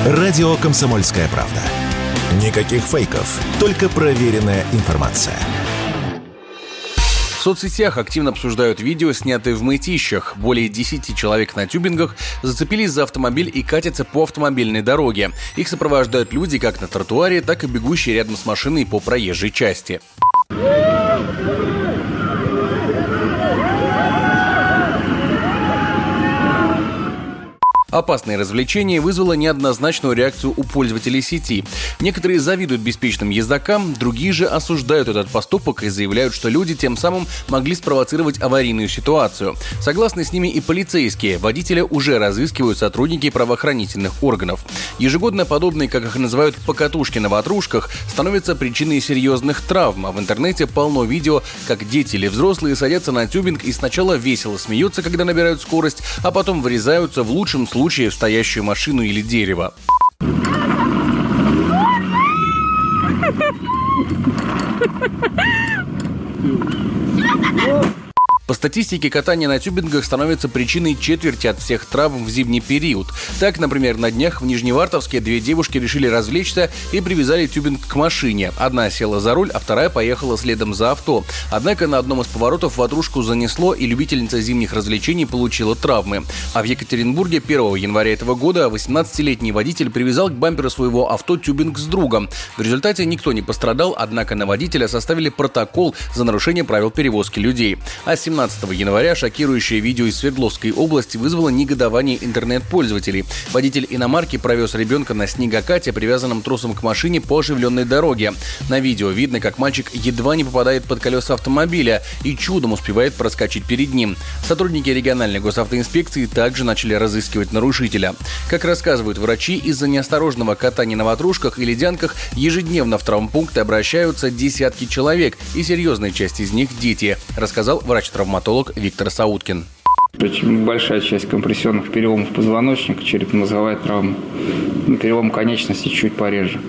Радио «Комсомольская правда». Никаких фейков, только проверенная информация. В соцсетях активно обсуждают видео, снятые в Мытищах. Более 10 человек на тюбингах зацепились за автомобиль и катятся по автомобильной дороге. Их сопровождают люди как на тротуаре, так и бегущие рядом с машиной по проезжей части. Опасное развлечение вызвало неоднозначную реакцию у пользователей сети. Некоторые завидуют беспечным ездокам, другие же осуждают этот поступок и заявляют, что люди тем самым могли спровоцировать аварийную ситуацию. Согласны с ними и полицейские. Водителя уже разыскивают сотрудники правоохранительных органов. Ежегодно подобные, как их называют, покатушки на ватрушках, становятся причиной серьезных травм. А в интернете полно видео, как дети или взрослые садятся на тюбинг и сначала весело смеются, когда набирают скорость, а потом врезаются в лучшем случае в стоящую машину или дерево. По статистике, катание на тюбингах становится причиной четверти от всех травм в зимний период. Так, например, на днях в Нижневартовске 2 девушки решили развлечься и привязали тюбинг к машине. Одна села за руль, а вторая поехала следом за авто. Однако на одном из поворотов ватрушку занесло, и любительница зимних развлечений получила травмы. А в Екатеринбурге 1 января этого года 18-летний водитель привязал к бамперу своего авто тюбинг с другом. В результате никто не пострадал, однако на водителя составили протокол за нарушение правил перевозки людей. А 17 января шокирующее видео из Свердловской области вызвало негодование интернет-пользователей. Водитель иномарки провез ребенка на снегокате, привязанном тросом к машине по оживленной дороге. На видео видно, как мальчик едва не попадает под колеса автомобиля и чудом успевает проскочить перед ним. Сотрудники региональной госавтоинспекции также начали разыскивать нарушителя. Как рассказывают врачи, из-за неосторожного катания на ватрушках и ледянках ежедневно в травмпункты обращаются десятки человек, и серьезная часть из них – дети, рассказал врач-травматолог Виктор Сауткин. Очень большая часть компрессионных переломов позвоночника, черепно-мозговая травма. Перелом конечности чуть пореже.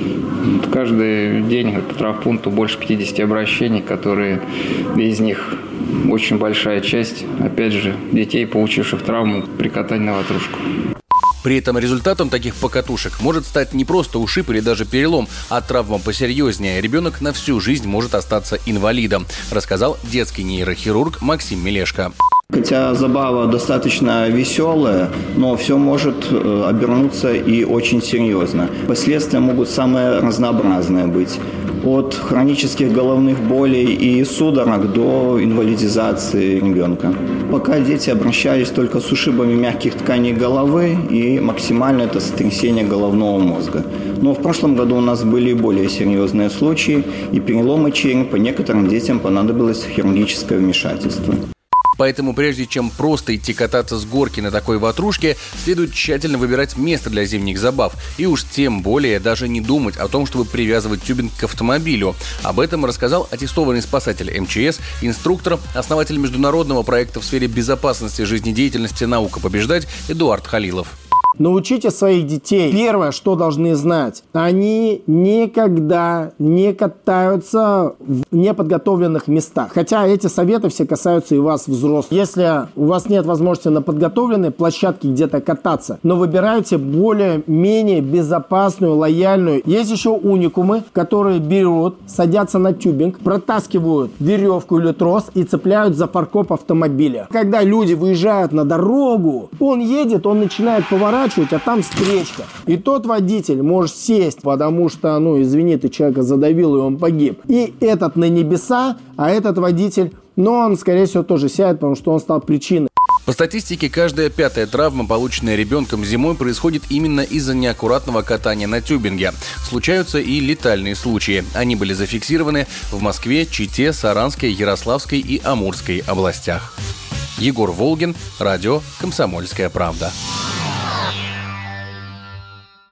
Каждый день по травмпункту больше 50 обращений, которые из них очень большая часть, опять же, детей, получивших травму при катании на ватрушку. При этом результатом таких покатушек может стать не просто ушиб или даже перелом, а травма посерьезнее. Ребенок на всю жизнь может остаться инвалидом, рассказал детский нейрохирург Максим Мелешко. Хотя забава достаточно веселая, но все может обернуться и очень серьезно. Последствия могут самые разнообразные быть. От хронических головных болей и судорог до инвалидизации ребенка. Пока дети обращались только с ушибами мягких тканей головы, и максимально это сотрясение головного мозга. Но в прошлом году у нас были более серьезные случаи, и переломы черепа некоторым детям понадобилось хирургическое вмешательство. Поэтому прежде чем просто идти кататься с горки на такой ватрушке, следует тщательно выбирать место для зимних забав. И уж тем более даже не думать о том, чтобы привязывать тюбинг к автомобилю. Об этом рассказал аттестованный спасатель МЧС, инструктор, основатель международного проекта в сфере безопасности жизнедеятельности «Наука побеждать» Эдуард Халилов. Научите своих детей. Первое, что должны знать. Они никогда не катаются в неподготовленных местах. Хотя эти советы все касаются и вас, взрослых. Если у вас нет возможности на подготовленной площадке где-то кататься, но выбирайте более-менее безопасную, лояльную. Есть еще уникумы, которые берут, садятся на тюбинг, протаскивают веревку или трос и цепляют за фаркоп автомобиля. Когда люди выезжают на дорогу, он едет, он начинает поворачивать, а там встречка. И тот водитель может сесть, потому что, извини, ты человека задавил, и он погиб. И этот на небеса, а этот водитель, он, скорее всего, тоже сядет, потому что он стал причиной. По статистике, каждая 5-я травма, полученная ребенком зимой, происходит именно из-за неаккуратного катания на тюбинге. Случаются и летальные случаи. Они были зафиксированы в Москве, Чите, Саранской, Ярославской и Амурской областях. Егор Волгин, радио «Комсомольская правда».